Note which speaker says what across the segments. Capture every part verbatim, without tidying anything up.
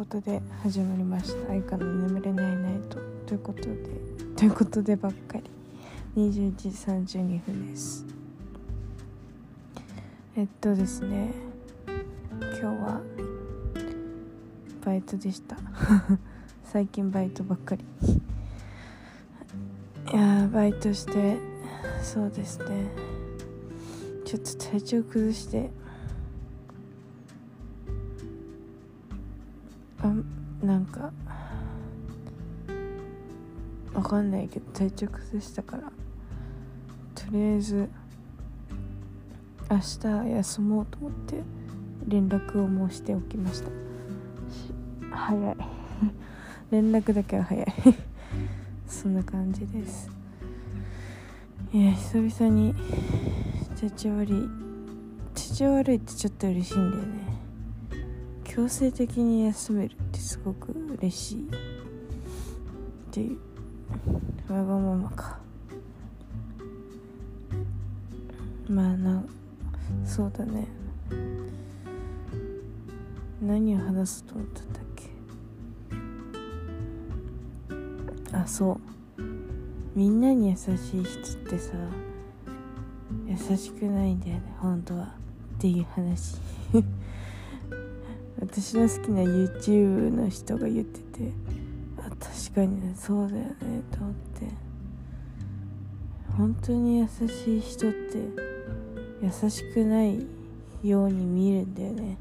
Speaker 1: ことで始まりました。愛花の眠れないナイトということでということでばっかりにじゅういちじさんじゅうにふんです。えっとですね今日はバイトでした最近バイトばっかりいやバイトしてそうですねちょっと体調崩してあなんかわかんないけど体調崩したからとりあえず明日休もうと思って連絡を申しておきました。早い連絡だけは早いそんな感じです。いや久々に体調悪い体調悪いってちょっと嬉しいんだよね。強制的に休めるってすごく嬉しいっていうわがままか。まあなそうだね何を話すと思ったんだっけ。あそうみんなに優しい人ってさ優しくないんだよね本当はっていう話私の好きな YouTube の人が言っててあ確かにねそうだよねと思って本当に優しい人って優しくないように見えるんだよね。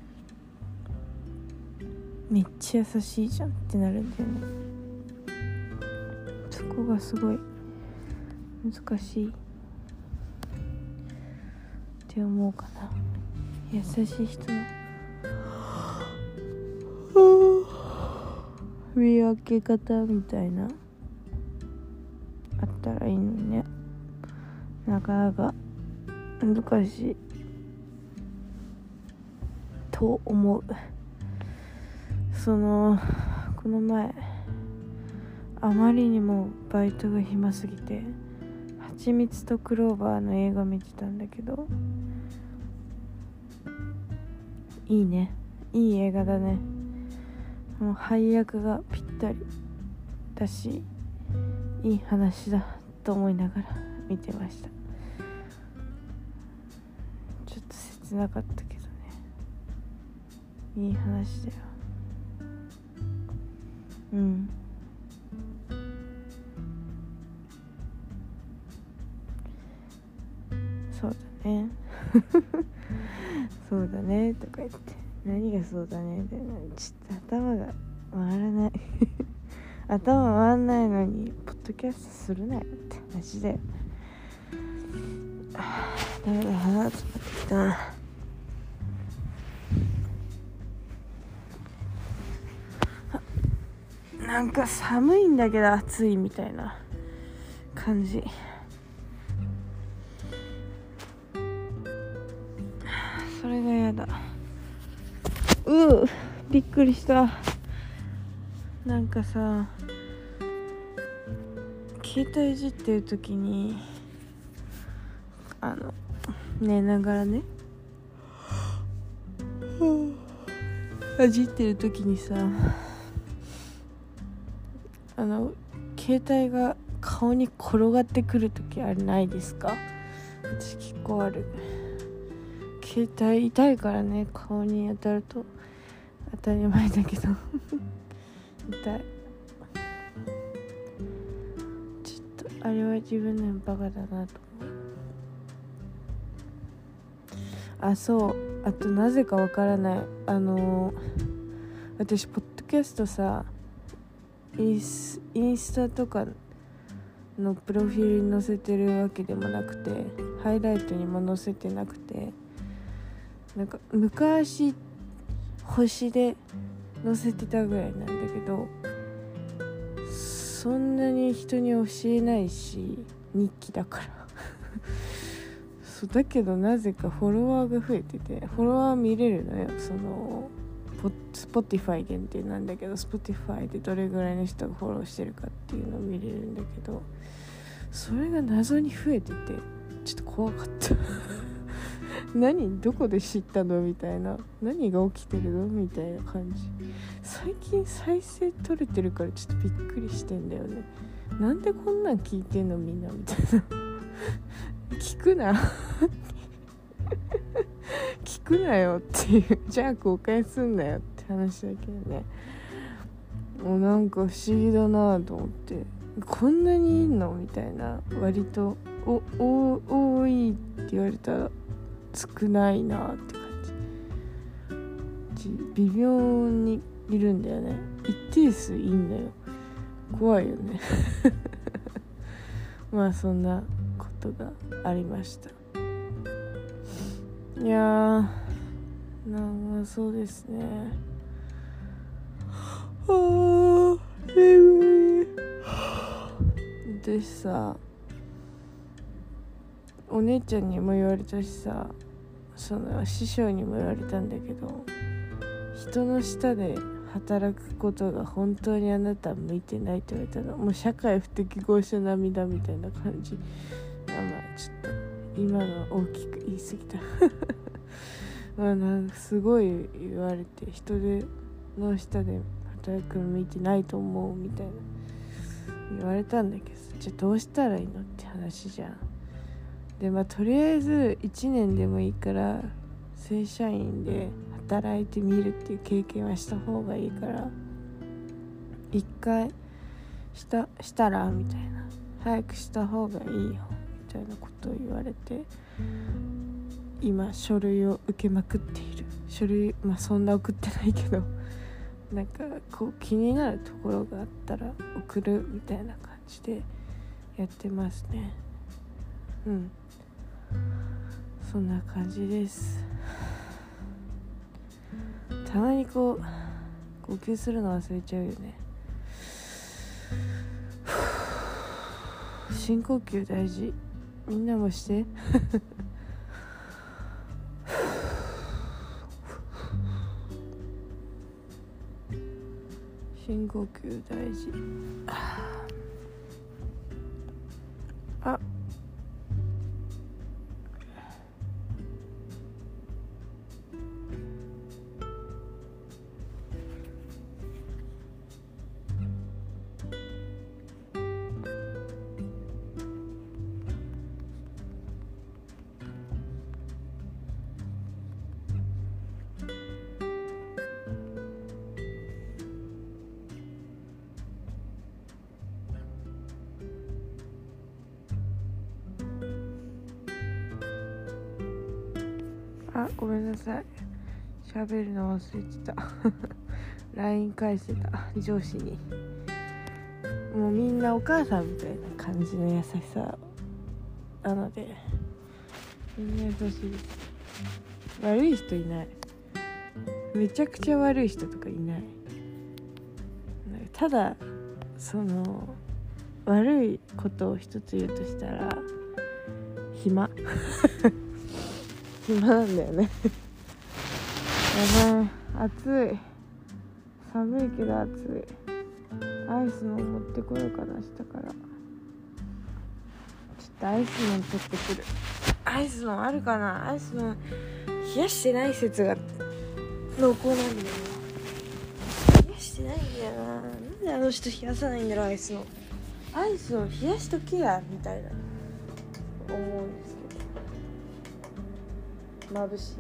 Speaker 1: めっちゃ優しいじゃんってなるんだよね。そこがすごい難しいって思うかな。優しい人の見分け方みたいなあったらいいのにね。なかなか難しいと思う。そのこの前あまりにもバイトが暇すぎてはちみつとクローバーの映画見てたんだけどいいねいい映画だね。もう配役がぴったりだしいい話だと思いながら見てました。ちょっと切なかったけどねいい話だよ。うんそうだねそうだねとか言って何がそうだねってちょっと頭が回らない頭回んないのにポッドキャストするなよって話だよ。ダメだ鼻詰まってきた。なんか寒いんだけど暑いみたいな感じ。それがやだ。ううびっくりした。なんかさ携帯いじってる時にあの寝ながらねいじってる時にさあの携帯が顔に転がってくる時あれないですか？私結構ある。携帯痛いからね顔に当たると当たり前だけど痛い。ちょっとあれは自分でもバカだなと思う。あそうあとなぜかわからないあのー、私ポッドキャストさインス、インスタとかのプロフィールに載せてるわけでもなくてハイライトにも載せてなくてなんか昔星で載せてたぐらいなんだけどそんなに人に教えないし日記だからそうだけどなぜかフォロワーが増えててフォロワー見れるのよ。そのスポティファイ限定なんだけどスポティファイでどれぐらいの人がフォローしてるかっていうのを見れるんだけどそれが謎に増えててちょっと怖かった何どこで知ったのみたいな、何が起きてるのみたいな感じ。最近再生取れてるからちょっとびっくりしてんだよね。なんでこんなん聞いてんのみんなみたいな聞くな聞くなよっていう、じゃあ公開すんなよって話だけどね。もうなんか不思議だなと思って、こんなにいんのみたいな。割とおお多いって言われたら少ないなって感じ。微妙にいるんだよね。一定数いんだよ。怖いよねまあそんなことがありました。いやー、なんかそうですね。あー眠いでさ、お姉ちゃんにも言われたしさ、その師匠にも言われたんだけど、人の下で働くことが本当にあなたは向いてないって言われたの。もう社会不適合者並みだみたいな感じ。まあまあちょっと今の大きく言い過ぎたまあなんかすごい言われて、人での下で働くの向いてないと思うみたいな言われたんだけど、じゃあどうしたらいいのって話じゃん。でまあとりあえずいちねんでもいいから正社員で働いてみるっていう経験はした方がいいから、一回したしたらみたいな、早くした方がいいよみたいなことを言われて、今書類を受けまくっている。書類まあそんな送ってないけど、なんかこう気になるところがあったら送るみたいな感じでやってますね。うん、そんな感じです。たまにこう呼吸するの忘れちゃうよね。深呼吸大事、みんなもして深呼吸大事。ああ、ごめんなさい、喋るの忘れてたライン 返してた上司に。もうみんなお母さんみたいな感じの優しさなので、みんな優しいです。悪い人いない。めちゃくちゃ悪い人とかいない。ただその悪いことを一つ言うとしたら暇暇なんだよねやばい、暑い、寒いけど暑い。アイスの持ってこようかな、明日から。ちょっとアイスの取ってくる。アイスのあるかな。アイスの冷やしてない説が濃厚なんだよな。冷やしてないんだよな。なんであの人冷やさないんだろう。アイスのアイスを冷やしとけやみたいな思うんですけど、眩しい。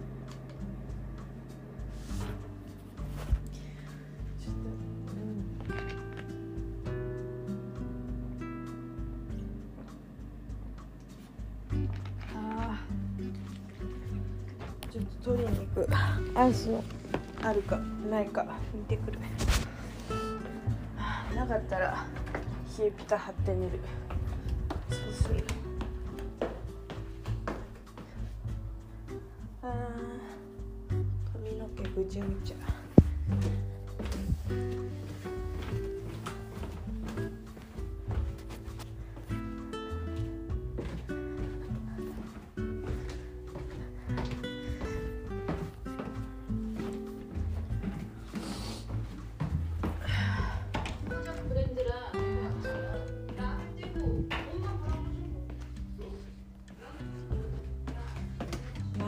Speaker 1: ちょっと取りに行く。アイスのあるかないか見てくる。なかったら冷えピタ貼って寝る。そうする。あー、髪の毛ぐちゃぐちゃ。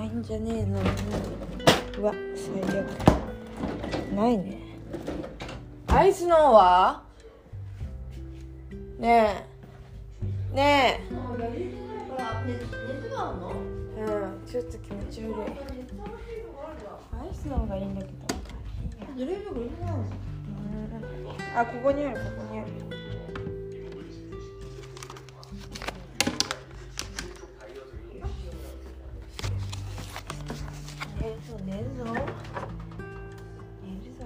Speaker 1: んじゃねえの。うわ最悪。ないね。アイスの方はねえねえ、うんちょっと気持ち悪い。アイスの方がいいんだけど。あ、ここにある、ここにある。寝るぞ寝るぞ寝るぞ。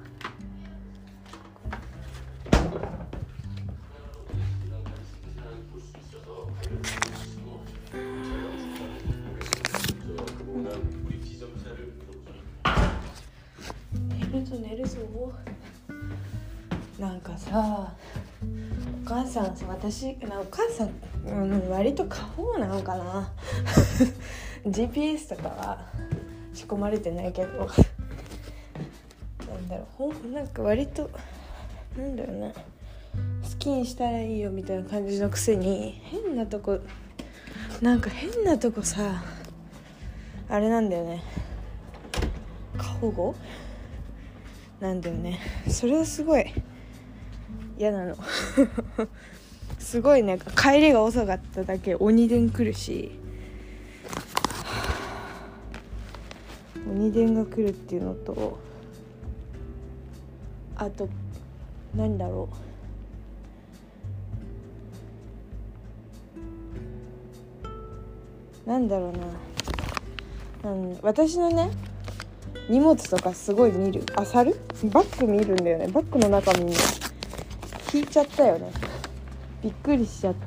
Speaker 1: 寝るぞ寝るぞ。なんかさ、お母さんさ、私なお母さん、うん、割と過保護なのかなジーピーエス とかは仕込まれてないけどなんだろう、ほんなんか割となんだろうな、好きにしたらいいよみたいな感じのくせに変なとこなんか変なとこさあれなんだよね、過保護なんだよね。それはすごい嫌なのすごいなんか帰りが遅かっただけ鬼電来るし、鬼電が来るっていうのと、あと何だろうなんだろうな、うん、私のね荷物とかすごい見る、あさるバッグ見るんだよね。バッグの中見るの引いちゃったよね。びっくりしちゃった。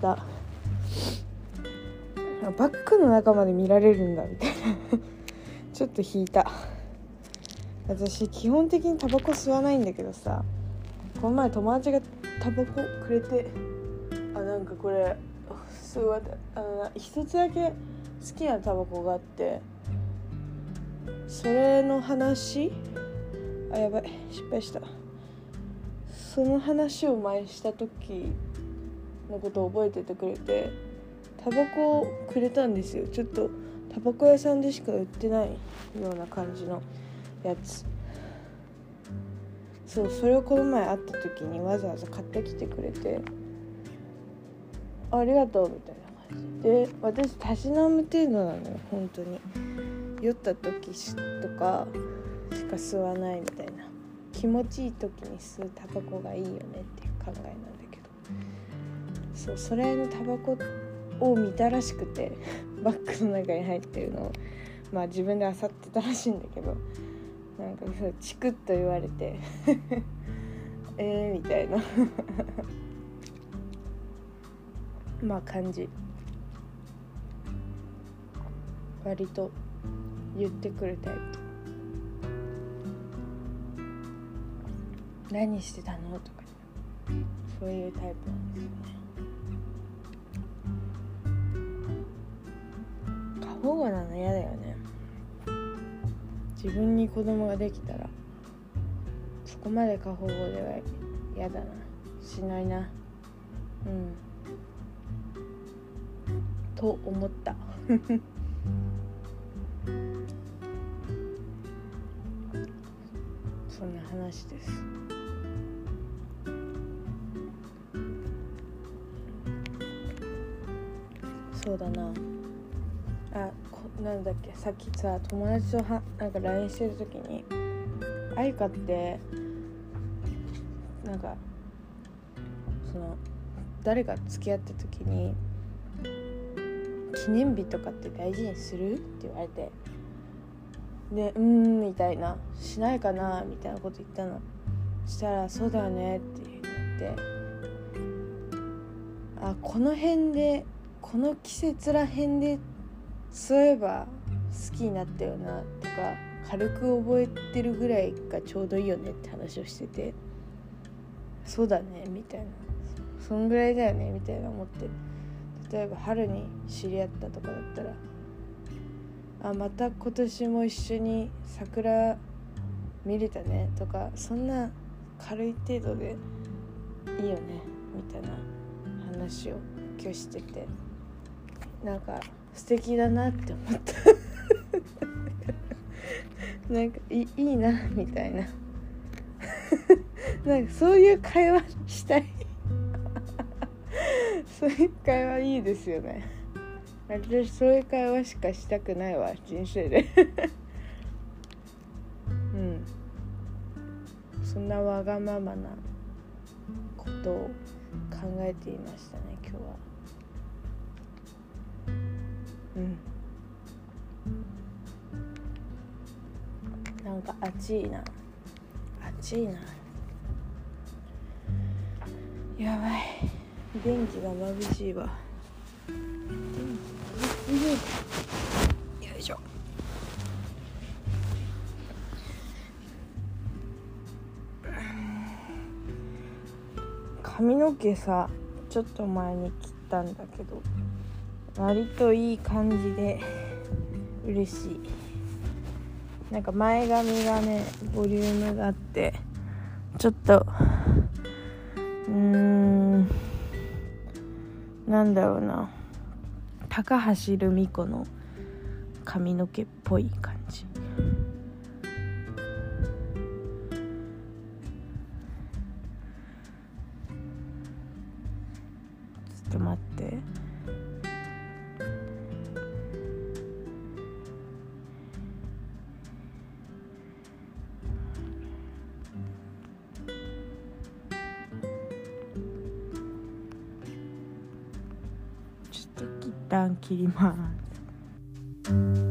Speaker 1: バッグの中まで見られるんだみたいなちょっと引いた。私基本的にタバコ吸わないんだけどさ、この前友達がタバコくれて、あなんかこれすごいあの一つだけ好きなタバコがあって、それの話、あやばい失敗した。その話を前した時のことを覚えててくれて、タバコをくれたんですよ。ちょっとタバコ屋さんでしか売ってないような感じのやつ。そう、それをこの前会った時にわざわざ買ってきてくれて、ありがとうみたいな感じで、私たしなむ程度なのよ本当に。酔った時とかしか吸わないみたいな、気持ちいい時に吸うタバコがいいよねっていう考えなんだけど、そう、それのタバコを見たらしくてバッグの中に入ってるのをまあ自分で漁ってたらしいんだけど、なんかそうチクッと言われてえーみたいなまあ感じ、割と言ってくるタイプ。何してたのとか、そういうタイプなんですよね。過保護なの嫌だよね。自分に子供ができたらそこまで過保護では嫌だな、しないな、うんと思ったそんな話です。そうだなあ、こなんだっけ、さっきさ友達とはなんか ライン してる時に、愛花ってなんかその誰か付き合った時に記念日とかって大事にするって言われて、でうーんみたいな、しないかなみたいなこと言ったの。そしたらそうだよねって言って、あこの辺でこの季節ら辺でそういえば好きになったよなとか軽く覚えてるぐらいがちょうどいいよねって話をしてて、そうだねみたいな、そんぐらいだよねみたいな思って、例えば春に知り合ったとかだったら、あまた今年も一緒に桜見れたねとか、そんな軽い程度でいいよねみたいな話を今日してて、なんか素敵だなって思ったなんか い, いいなみたいななんかそういう会話したいそういう会話いいですよね。私そういう会話しかしたくないわ人生でうんそんなわがままなことを考えていましたね今日は。うんなんか暑いな暑いなやばい電気が眩しいわ電気よいしょ髪の毛さちょっと前に切ったんだけど割といい感じで嬉しい。なんか前髪がねボリュームがあってちょっとうーんなんだろうな高橋留美子の髪の毛っぽい感じ。ちょっと待ってちょっと一旦切ります。